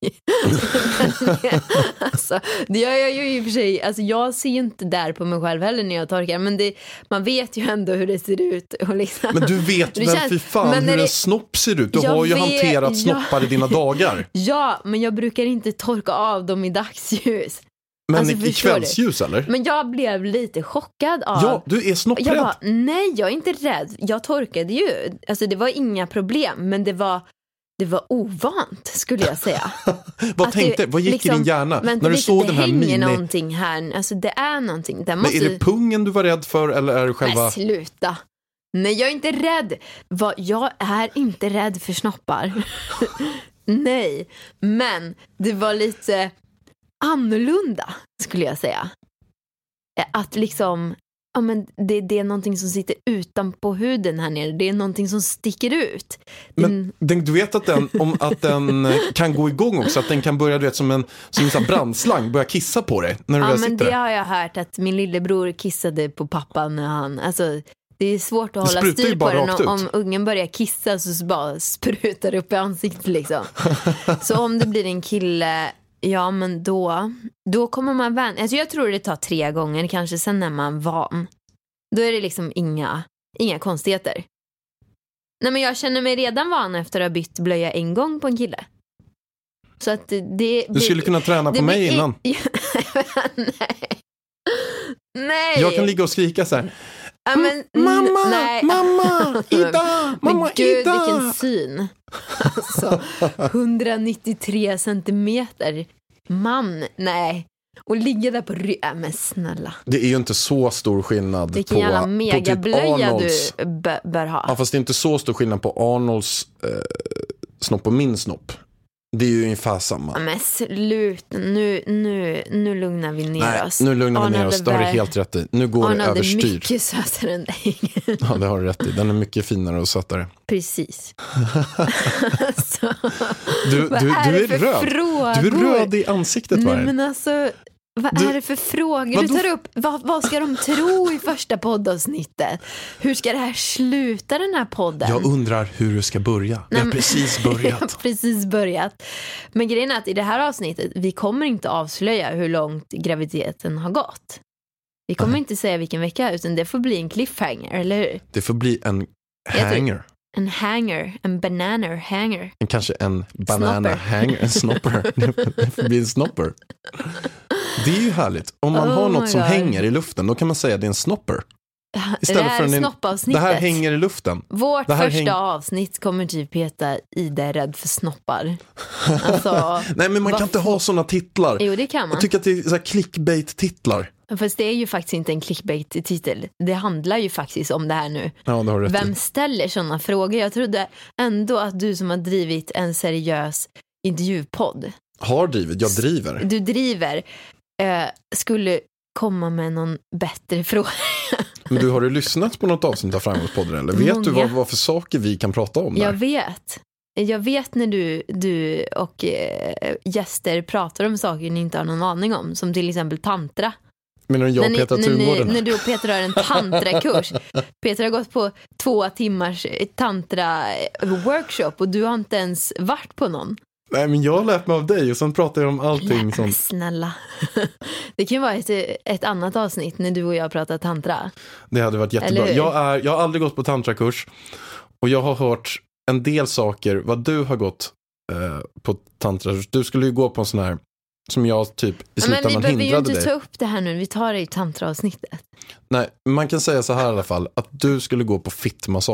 Alltså, det gör jag ju i och för sig. Alltså, jag ser ju inte där på mig själv heller när jag torkar, men det, man vet ju ändå hur det ser ut. Och liksom, Men du vet det väl känns- fy fan men när hur det- en snopp ser ut? Du Jag har ju vet- hanterat snoppar i dina dagar. Ja, men jag brukar inte torka av dem i dagsljus. Men Alltså, i, i förstår du? kvällsljus eller? Men jag blev lite chockad av... Ja, du är snopprädd. Jag bara, nej, jag är inte rädd. Jag torkade ju. Alltså det var inga problem, men det var, det var ovant, skulle jag säga. Vad Att tänkte, det, vad gick liksom, i din hjärna vänta när du lite, såg det den här hänger mini... någonting här. Alltså det är någonting. Det Men måste... är det pungen du var rädd för eller är det själva... Nej, sluta. Nej, jag är inte rädd. Va, jag är inte rädd för snoppar. Nej, men det var lite annorlunda, skulle jag säga. Att liksom, ja, men det, det är någonting som sitter utanpå huden här nere. Det är någonting som sticker ut. Men den, du vet att den, om, att den kan gå igång också, att den kan börja, du vet, som en, som en sån här brandslang, börja kissa på dig när du Ja, väl men sitter det där. har jag hört att min lillebror kissade på pappa när han, alltså det är svårt att Det hålla sprutar ju styr på bara den rakt om, ut. om ungen börjar kissa så bara sprutar det upp i ansiktet liksom. Så om det blir en kille, ja men då då kommer man vän. Alltså jag tror det tar tre gånger kanske, sen när man van. Då är det liksom inga inga konstigheter. Nej, men jag känner mig redan van efter att ha bytt blöja en gång på en kille. Så att det Du skulle kunna träna på det mig blir- innan. Nej. Nej. Jag kan ligga och skrika så här. Ja, men, Mamma, nej. mamma, Ida, mamma, Men gud, Ida. vilken syn. Alltså, hundranittiotre centimeter. Man, nej. Och ligga där på ryggen, men snälla. Det är ju inte så stor skillnad Vilken på, jävla på typ megablöja Arnolds. du b- bör ha. Ja, fast det är inte så stor skillnad på Arnolds eh, snopp och min snopp. Det är ju ungefär samma. Ja, men sluta, nu, nu, nu lugnar vi ner Nej, oss. nu lugnar vi ner Arnold oss. Det har du är- helt rätt i. Nu går Arnold det är överstyr. mycket sötare än dig. Ja, det har du rätt i. Den är mycket finare och sötare. Precis. Så, Du, vad du, är du det är för röd. frågor? Du är röd i ansiktet, va? Nej, men alltså, vad Du- är det för frågor Vadå? du tar upp? Vad, vad ska de tro i första poddavsnittet? Hur ska det här sluta, den här podden? Jag undrar hur du ska börja. Vi Nej, har men- precis Jag har börjat. precis börjat. Men grejen är att i det här avsnittet, vi kommer inte avslöja hur långt graviditeten har gått. Vi kommer Nej. inte säga vilken vecka, utan det får bli en cliffhanger, eller hur? Det får bli en Jag tror- hanger. En hanger, en bananer hanger. En, kanske en banana Snopper. hanger. En snopper. Det får bli en snopper. Det är ju härligt. Om man Oh har my något som God. hänger i luften, då kan man säga att det är en snopper. det här en... snoppavsnittet. Det här hänger i luften. Vårt Det här första häng- avsnitt kommer typ heta Ida är rädd för snoppar. Alltså, Nej, men man vad kan inte ha såna titlar. jo, det kan man. Jag tycker att det är så här clickbait-titlar. Fast det är ju faktiskt inte en clickbait-titel. Det handlar ju faktiskt om det här nu. Ja, det har du rätt Vem i. ställer sådana frågor? Jag trodde ändå att du som har drivit en seriös intervjupodd, Har drivit, jag driver. du driver, eh, skulle komma med någon bättre fråga. Men du, har du lyssnat på något avsnitt av Framgångspodden eller? Vet du Många. vad, vad för saker vi kan prata om Jag där? vet. Jag vet när du, du och eh, gäster pratar om saker ni inte har någon aning om. Som till exempel tantra. Menar du jag när, och ni, Petra när, ni, Thungården? när du och Petra har en tantrakurs. Petra har gått på två timmars tantra-workshop och du har inte ens varit på någon. Nej, men jag har lärt mig av dig och sen pratar jag om allting Nej, sånt. snälla. Det kan ju vara ett, ett annat avsnitt när du och jag pratar tantra. Det hade varit Eller jättebra. hur? Jag, är, jag har aldrig gått på tantrakurs och jag har hört en del saker vad du har gått eh, på tantrakurs. Du skulle ju gå på en sån här som jag typ i Men vi slutändan behöver ju hindrade inte dig. ta upp det här nu. Vi tar det i tantraavsnittet. Nej, man kan säga så här i alla fall att du skulle gå på fittmassage.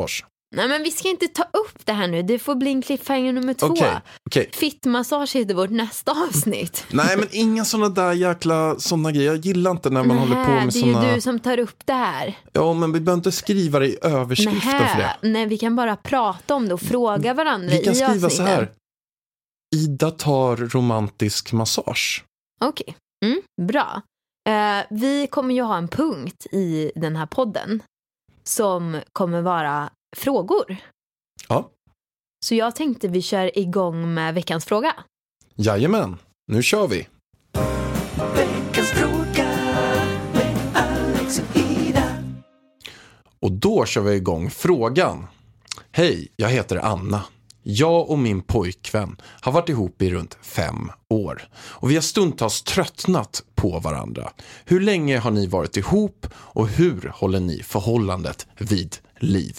Nej, men vi ska inte ta upp det här nu. Det får bli en cliffhanger nummer två. Okej, okej. Fittmassage heter vårt nästa avsnitt. Nej, men inga såna där jäkla såna grejer. Jag gillar inte när man Nähä, håller på med det är såna... ju du som tar upp det här. Ja, men vi behöver inte skriva det i överskriften Nähä. för det. Nej, vi kan bara prata om det och fråga varandra Vi kan i skriva avsnitten. så här. Ida tar romantisk massage. Okej, mm, bra. Eh, vi kommer ju ha en punkt i den här podden som kommer vara frågor. Ja. Så jag tänkte vi kör igång med veckans fråga. Jajamän, nu kör vi. Veckans fråga med Alex och Ida. Och då kör vi igång frågan. Hej, jag heter Anna. Jag och min pojkvän har varit ihop i runt fem år. Och vi har stundtals tröttnat på varandra. Hur länge har ni varit ihop och hur håller ni förhållandet vid liv?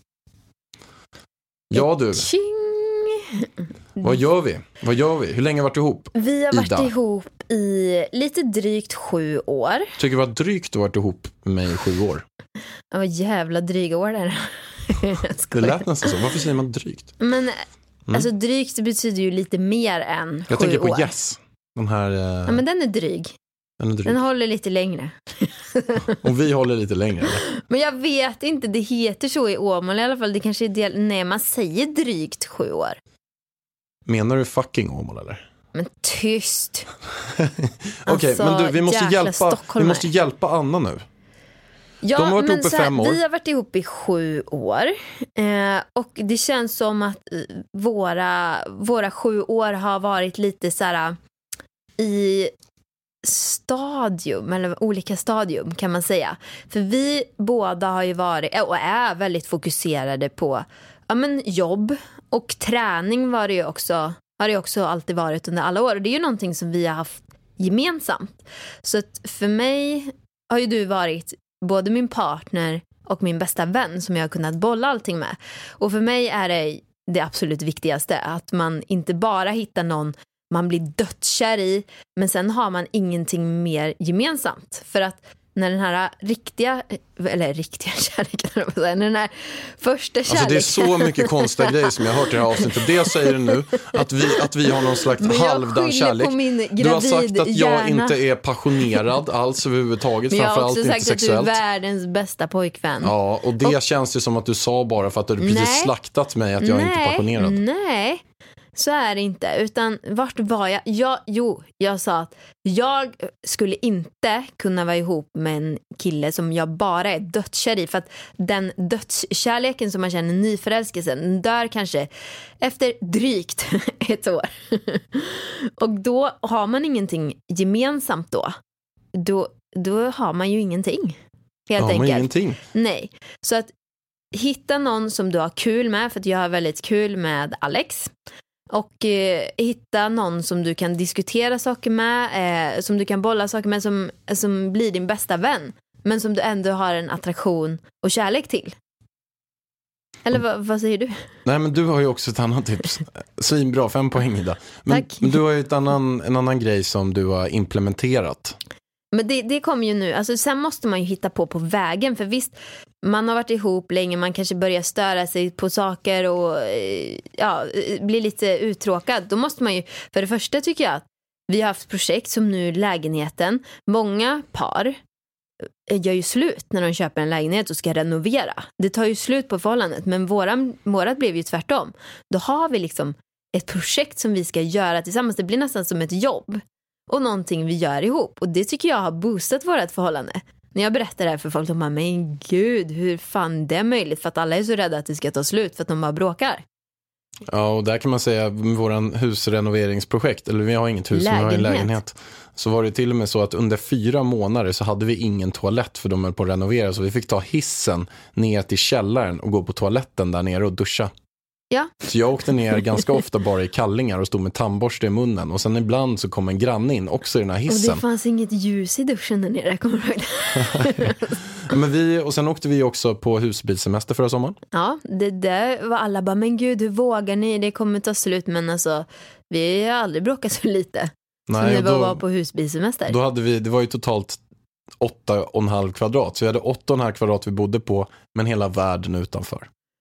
Ja du, Tjing! vad gör vi? Vad gör vi? Hur länge har vi varit ihop? Vi har varit Ida. ihop i lite drygt sju år. Tycker det var drygt att ha varit ihop med mig i sju år. Ja, vad jävla dryga år där. Det lät nästan så. Varför säger man drygt? Men Mm. alltså drygt betyder ju lite mer än Jag sju tänker på år. Yes. Den här... Eh, Ja, men den är dryg. den är dryg. Den håller lite längre. Och vi håller lite längre. Eller? Men jag vet inte, det heter så i Åmål i alla fall. Det kanske är del... Nej, man säger drygt sju år. Menar du fucking Åmål eller? Men tyst. Okej, Alltså, men du, vi måste, jäkla hjälpa, vi stockholmare. måste hjälpa Anna nu. Ja, De har varit men ihop i så här, fem år. Vi har varit ihop i sju år. Eh, och det känns som att eh, våra, våra sju år har varit lite så här i stadium, eller olika stadium kan man säga. För vi båda har ju varit och är väldigt fokuserade på ja, men jobb och träning var det ju också, har det också alltid varit under alla år. Och det är ju någonting som vi har haft gemensamt. Så att för mig har ju du varit både min partner och min bästa vän som jag har kunnat bolla allting med. Och för mig är det det absolut viktigaste, att man inte bara hittar någon man blir dödskär i, men sen har man ingenting mer gemensamt. För att när den här riktiga, eller riktiga kärleken, när den här första kärleken... Alltså det är så mycket konstiga grejer som jag har hört i det här avsnittet. Det säger du nu, att vi, att vi har någon slags halvdan kärlek. Du Du har sagt att jag hjärna. inte är passionerad alls överhuvudtaget. Men jag har framförallt också inte sagt att du är sexuellt. världens bästa pojkvän. Ja, och det Och- känns ju som att du sa bara för att du precis Nej. slaktat mig att jag nej, inte är passionerad. Nej, så är det inte. Utan vart var jag? jag? Jo, jag sa att jag skulle inte kunna vara ihop med en kille som jag bara är dödskär i. För att den dödskärleken som man känner, nyförälskelsen, den dör kanske efter drygt ett år. Och då har man ingenting gemensamt då. Då, då har man ju ingenting. Helt Ja, men enkelt. ingenting. Nej, så att hitta någon som du har kul med, för att jag har väldigt kul med Alex. Och eh, hitta någon som du kan diskutera saker med, eh, som du kan bolla saker med, som, som blir din bästa vän. Men som du ändå har en attraktion och kärlek till. Eller vad, vad säger du? Nej, men du har ju också ett annat tips. Svinbra, fem poäng Ida. Men, Tack. men du har ju ett annan, en annan grej som du har implementerat. Men det, det kommer ju nu, alltså sen måste man ju hitta på på vägen. För visst, man har varit ihop länge, man kanske börjar störa sig på saker och eh, ja, blir lite uttråkad. Då måste man ju, för det första tycker jag att vi har haft projekt som nu lägenheten. Många par gör ju slut när de köper en lägenhet och ska renovera. Det tar ju slut på förhållandet, men våran, vårat blev ju tvärtom. Då har vi liksom ett projekt som vi ska göra tillsammans. Det blir nästan som ett jobb. Och någonting vi gör ihop. Och det tycker jag har boostat vårt förhållande. När jag berättar det här för folk, de bara, men gud, hur fan det är möjligt? För att alla är så rädda att det ska ta slut för att de bara bråkar. Ja, och där kan man säga med våran husrenoveringsprojekt, eller vi har inget hus, Lägenhet. vi har en lägenhet. Så var det till och med så att under fyra månader så hade vi ingen toalett för de höll på att renovera. Så vi fick ta hissen ner till källaren och gå på toaletten där nere och duscha. Ja. Så jag åkte ner ganska ofta bara i kallingar och stod med tandborste i munnen. Och sen ibland så kom en granne in också i den här Och hissen. det fanns inget ljus i duschen där nere, kommer du ihåg det? Men vi, och sen åkte vi också på husbilsemester förra sommaren. Ja, det där var alla bara, men gud, hur vågar ni? Det kommer ta slut. Men alltså, vi har aldrig bråkat så lite. Nej, som och vi var, då- var på husbilsemester. Då hade vi, det var ju totalt åtta och en halv kvadrat. Så vi hade åtta och en halv kvadrat vi bodde på, men hela världen utanför.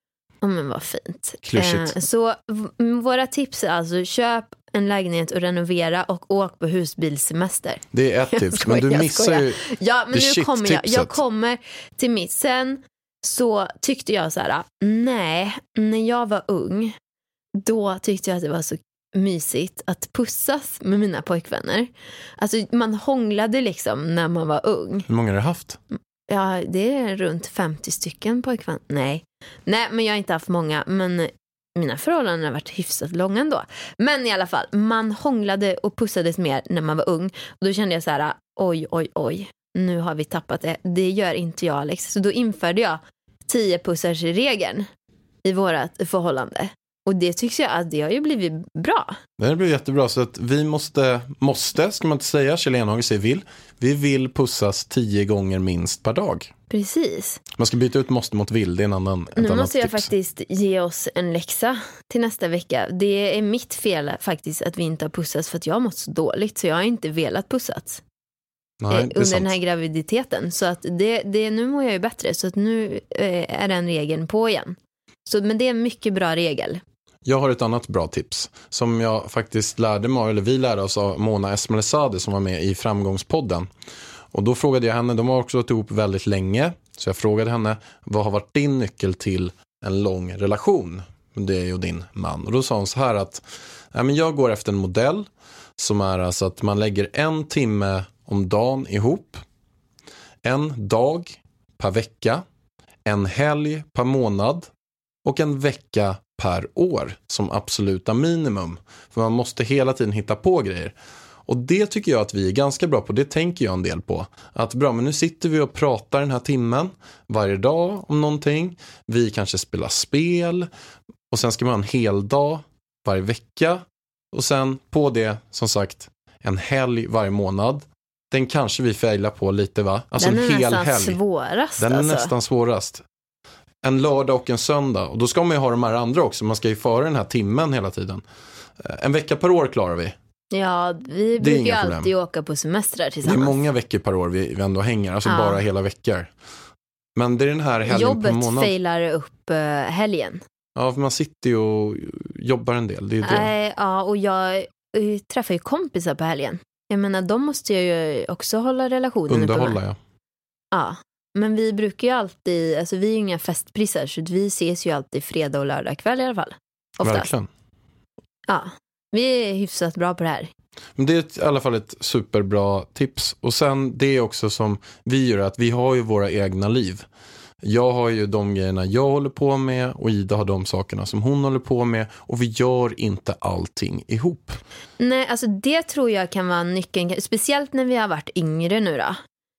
Ja, men vad fint. Klyschigt. Eh, så v- våra tips är alltså köp en lägenhet och renovera och åk på husbilsemester. Det är ett tips, skojar, men du jag missar skojar. ju Ja, men det nu kommer jag. shit-tipset. Jag kommer till mitt. Sen så tyckte jag så här, nej, när jag var ung, då tyckte jag att det var så mysigt att pussas med mina pojkvänner. Alltså man hånglade liksom när man var ung. Hur många har du haft? Ja, det är runt femtio stycken pojkvänner. Nej. Nej, men jag har inte haft många, men mina förhållanden har varit hyfsat långa ändå. Men i alla fall, man hånglade och pussades mer när man var ung. Och då kände jag så här, oj, oj, oj, nu har vi tappat det. Det gör inte jag, Alex. Så då införde jag tio pussars regeln i vårat förhållande. Och det tycks jag att det har ju blivit bra. Det blir jättebra, så att vi måste, måste, ska man inte säga, Kjell Enhage säger vill. Vi vill pussas tio gånger minst per dag. Precis. Man ska byta ut måste mot vill, det är en annan, ett Nu annat måste jag tips. faktiskt ge oss en läxa till nästa vecka. Det är mitt fel faktiskt att vi inte har pussats för att jag har mått så dåligt. Så jag har inte velat pussats Nej, eh, det är under sant. den här graviditeten. Så att det, det, nu mår jag ju bättre. Så att nu eh, är den regeln på igen. Så, men det är en mycket bra regel. Jag har ett annat bra tips som jag faktiskt lärde mig, eller vi lärde oss av Mona Esmalesade som var med i Framgångspodden. Och då frågade jag henne, de har också varit ihop väldigt länge, så jag frågade henne, vad har varit din nyckel till en lång relation? Det är ju din man. Och då sa hon så här att, nej, men jag går efter en modell som är alltså att man lägger en timme om dagen ihop, en dag per vecka, en helg per månad och en vecka per år som absoluta minimum. För man måste hela tiden hitta på grejer. Och det tycker jag att vi är ganska bra på. Det tänker jag en del på. Att bra, men nu sitter vi och pratar den här timmen varje dag om någonting. Vi kanske spelar spel. Och sen ska man ha en hel dag varje vecka. Och sen på det, som sagt, en helg varje månad. Den kanske vi failar på lite, va? Alltså den är en hel nästan helg. svårast. Den är alltså. nästan svårast. En lördag och en söndag. Och då ska man ju ha de här andra också. Man ska ju föra den här timmen hela tiden. En vecka per år klarar vi. Ja, vi brukar ju alltid åka på semestrar tillsammans. Det är många veckor per år vi, vi ändå hänger. Alltså ja. bara hela veckor. Men det är den här helgen Jobbet på månad. failar upp uh, helgen. Ja, för man sitter ju och jobbar en del. Det är ju det. Nej, ja, och jag uh, träffar ju kompisar på helgen. Jag menar, de måste ju också hålla relationen Underhålla, uppe. ja. Ja, men vi brukar ju alltid, alltså vi är ju inga festprisar, så vi ses ju alltid fredag och lördag kväll i alla fall. Oftast. Verkligen. Ja, vi är hyfsat bra på det här. Men det är i alla fall ett superbra tips. Och sen det är också som vi gör, att vi har ju våra egna liv. Jag har ju de grejerna jag håller på med och Ida har de sakerna som hon håller på med. Och vi gör inte allting ihop. Nej, alltså det tror jag kan vara nyckeln. Speciellt när vi har varit yngre nu då.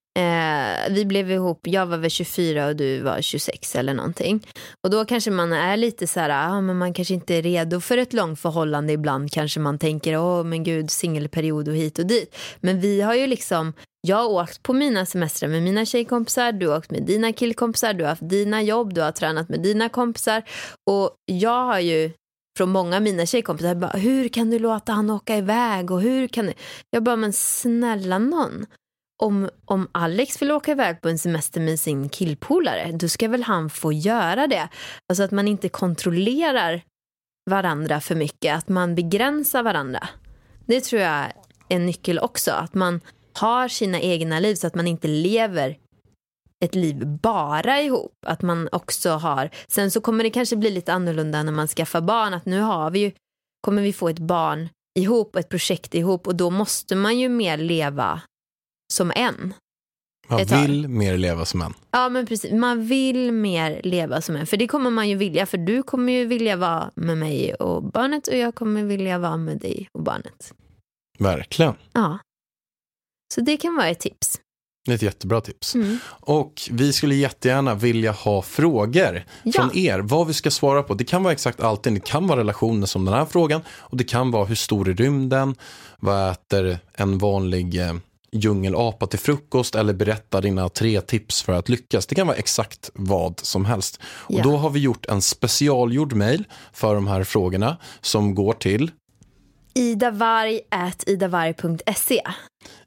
Eh, vi blev ihop, jag var väl tjugofyra och du var tjugosex eller någonting. Och då kanske man är lite så här, ah, men man kanske inte är redo för ett långt förhållande ibland. Kanske man tänker, åh oh, men gud, singelperiod och hit och dit. Men vi har ju liksom, jag har åkt på mina semestrar med mina tjejkompisar, du har åkt med dina killkompisar, du har haft dina jobb, du har tränat med dina kompisar. Och jag har ju från många av mina tjejkompisar bara, hur kan du låta han åka iväg och hur kan du? Jag bara, men snälla någon. Om, om Alex vill åka iväg på en semester med sin killpolare, då ska väl han få göra det. Alltså att man inte kontrollerar varandra för mycket, att man begränsar varandra. Det tror jag är en nyckel också, att man har sina egna liv så att man inte lever ett liv bara ihop, att man också har, sen så kommer det kanske bli lite annorlunda när man skaffar barn, att nu har vi ju, kommer vi få ett barn ihop, ett projekt ihop, och då måste man ju mer leva som en. Man vill mer leva som en. Ja, men precis. Man vill mer leva som en. För det kommer man ju vilja. För du kommer ju vilja vara med mig och barnet. Och jag kommer vilja vara med dig och barnet. Verkligen. Ja. Så det kan vara ett tips. Det är ett jättebra tips. Mm. Och vi skulle jättegärna vilja ha frågor ja. från er. Vad vi ska svara på. Det kan vara exakt allting. Det kan vara relationer som den här frågan. Och det kan vara hur stor är rymden. Vad äter en vanlig eh, djungelapa till frukost. Eller berätta dina tre tips för att lyckas. Det kan vara exakt vad som helst. Och ja. då har vi gjort en specialgjord mejl för de här frågorna. Som går till idavarg at idavarg punkt se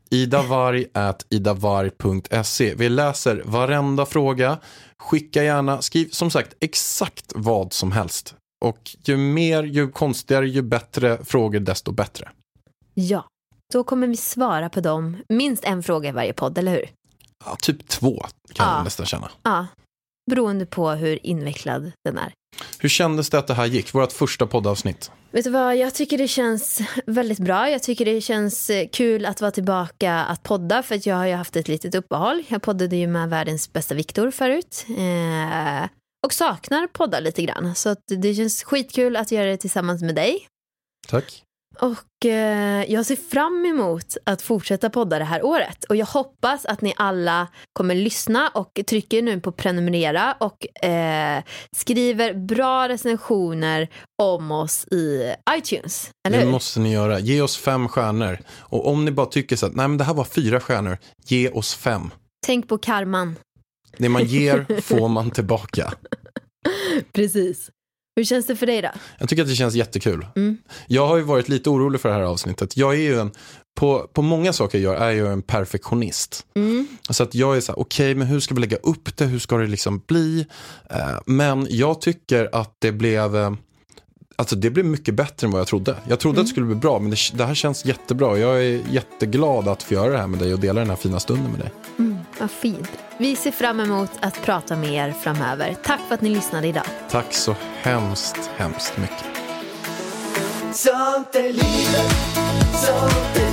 idavarg at idavarg punkt se. Vi läser varenda fråga. Skicka gärna, skriv som sagt exakt vad som helst. Och ju mer, ju konstigare, ju bättre frågor, desto bättre. Ja, då kommer vi svara på dem. Minst en fråga i varje podd, eller hur? Ja, typ två kan ja. jag nästan känna. Ja, beroende på hur invecklad den är. Hur kändes det att det här gick? Vårt första poddavsnitt. Vet du vad, jag tycker det känns väldigt bra. Jag tycker det känns kul att vara tillbaka att podda. För att jag har ju haft ett litet uppehåll. Jag poddade ju med världens bästa Viktor förut. Eh, och saknar podda lite grann. Så att det känns skitkul att göra det tillsammans med dig. Tack. Och eh, jag ser fram emot att fortsätta podda det här året. Och jag hoppas att ni alla kommer lyssna och trycker nu på prenumerera och eh, skriver bra recensioner om oss i iTunes. Eller Det hur? måste ni göra. Ge oss fem stjärnor. Och om ni bara tycker så att nej men det här var fyra stjärnor, ge oss fem. Tänk på karman. Det man ger får man tillbaka. Precis. Hur känns det för dig då? Jag tycker att det känns jättekul. Mm. Jag har ju varit lite orolig för det här avsnittet. Jag är ju en, på, på många saker jag gör är jag en perfektionist. Mm. Så att jag är så här, okej, okay, men hur ska vi lägga upp det? Hur ska det liksom bli? Eh, men jag tycker att det blev... Eh, alltså det blev mycket bättre än vad jag trodde. Jag trodde Mm. att det skulle bli bra, men det, det här känns jättebra. Jag är jätteglad att få göra det här med dig och dela den här fina stunden med dig. Mm, vad fint. Vi ser fram emot att prata med er framöver. Tack för att ni lyssnade idag. Tack så hemskt, hemskt mycket. Sånt är livet, sånt är